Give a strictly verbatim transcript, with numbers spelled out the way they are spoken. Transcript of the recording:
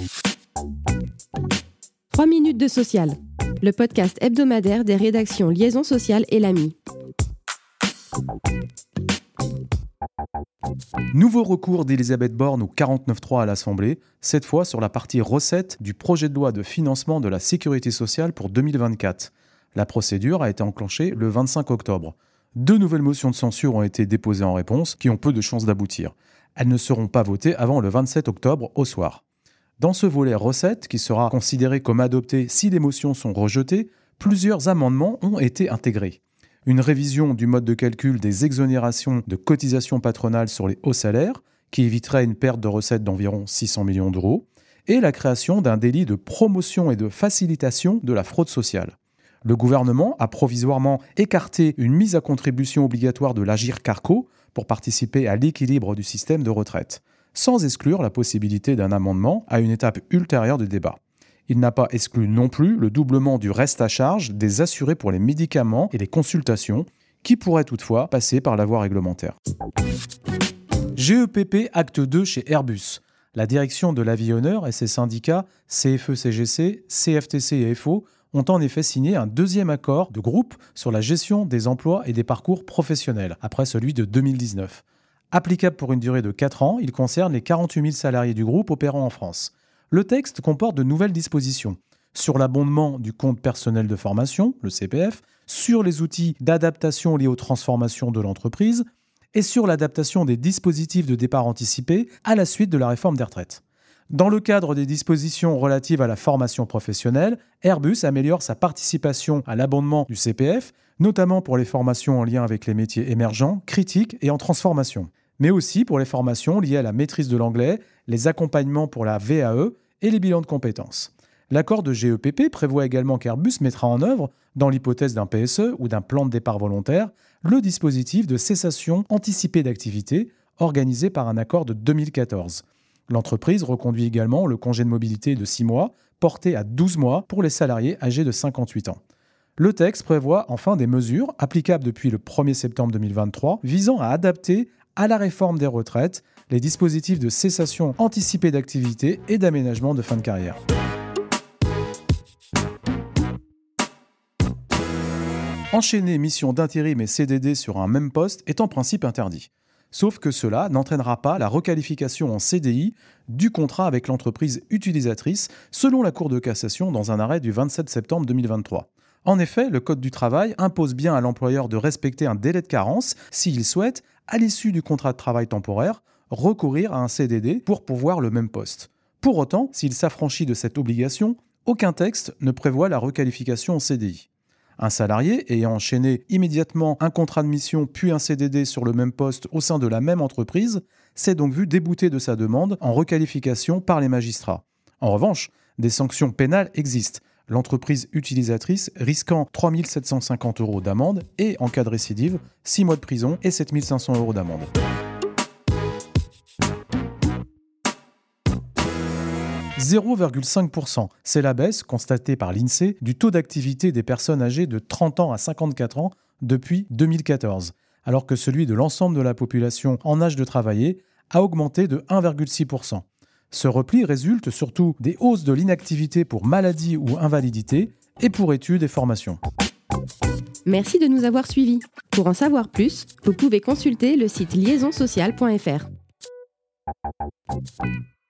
trois minutes de social, le podcast hebdomadaire des rédactions Liaison Sociale et l'A M I. Nouveau recours d'Elisabeth Borne au quarante-neuf trois à l'Assemblée, cette fois sur la partie recettes du projet de loi de financement de la sécurité sociale pour deux mille vingt-quatre. La procédure a été enclenchée le vingt-cinq octobre. Deux nouvelles motions de censure ont été déposées en réponse, qui ont peu de chances d'aboutir. Elles ne seront pas votées avant le vingt-sept octobre au soir. Dans ce volet recettes, qui sera considéré comme adopté si les motions sont rejetées, plusieurs amendements ont été intégrés. Une révision du mode de calcul des exonérations de cotisations patronales sur les hauts salaires, qui éviterait une perte de recettes d'environ six cents millions d'euros, et la création d'un délit de promotion et de facilitation de la fraude sociale. Le gouvernement a provisoirement écarté une mise à contribution obligatoire de l'Agirc-Arrco pour participer à l'équilibre du système de retraite, sans exclure la possibilité d'un amendement à une étape ultérieure du débat. Il n'a pas exclu non plus le doublement du reste à charge des assurés pour les médicaments et les consultations, qui pourrait toutefois passer par la voie réglementaire. G E P P acte deux chez Airbus. La direction de l'avionneur et ses syndicats C F E C G C, C F T C et F O ont en effet signé un deuxième accord de groupe sur la gestion des emplois et des parcours professionnels, après celui de deux mille dix-neuf. Applicable pour une durée de quatre ans, il concerne les quarante-huit mille salariés du groupe opérant en France. Le texte comporte de nouvelles dispositions sur l'abondement du compte personnel de formation, le C P F, sur les outils d'adaptation liés aux transformations de l'entreprise et sur l'adaptation des dispositifs de départ anticipé à la suite de la réforme des retraites. Dans le cadre des dispositions relatives à la formation professionnelle, Airbus améliore sa participation à l'abondement du C P F, notamment pour les formations en lien avec les métiers émergents, critiques et en transformation, mais aussi pour les formations liées à la maîtrise de l'anglais, les accompagnements pour la V A E et les bilans de compétences. L'accord de G E P P prévoit également qu'Airbus mettra en œuvre, dans l'hypothèse d'un P S E ou d'un plan de départ volontaire, le dispositif de cessation anticipée d'activité organisé par un accord de deux mille quatorze. L'entreprise reconduit également le congé de mobilité de six mois, porté à douze mois pour les salariés âgés de cinquante-huit ans. Le texte prévoit enfin des mesures applicables depuis le premier septembre deux mille vingt-trois visant à adapter à la réforme des retraites les dispositifs de cessation anticipée d'activité et d'aménagement de fin de carrière. Enchaîner mission d'intérim et C D D sur un même poste est en principe interdit. Sauf que cela n'entraînera pas la requalification en C D I du contrat avec l'entreprise utilisatrice, selon la Cour de cassation dans un arrêt du vingt-sept septembre deux mille vingt-trois. En effet, le Code du travail impose bien à l'employeur de respecter un délai de carence s'il souhaite, à l'issue du contrat de travail temporaire, recourir à un C D D pour pourvoir le même poste. Pour autant, s'il s'affranchit de cette obligation, aucun texte ne prévoit la requalification en C D I. Un salarié ayant enchaîné immédiatement un contrat de mission puis un C D D sur le même poste au sein de la même entreprise s'est donc vu débouté de sa demande en requalification par les magistrats. En revanche, des sanctions pénales existent, l'entreprise utilisatrice risquant trois mille sept cent cinquante euros d'amende et, en cas de récidive, six mois de prison et sept mille cinq cents euros d'amende. zéro virgule cinq pour cent, c'est la baisse constatée par l'INSEE du taux d'activité des personnes âgées de trente ans à cinquante-quatre ans depuis deux mille quatorze, alors que celui de l'ensemble de la population en âge de travailler a augmenté de un virgule six pour cent. Ce repli résulte surtout des hausses de l'inactivité pour maladie ou invalidité et pour études et formations. Merci de nous avoir suivis. Pour en savoir plus, vous pouvez consulter le site liaison sociale point f r.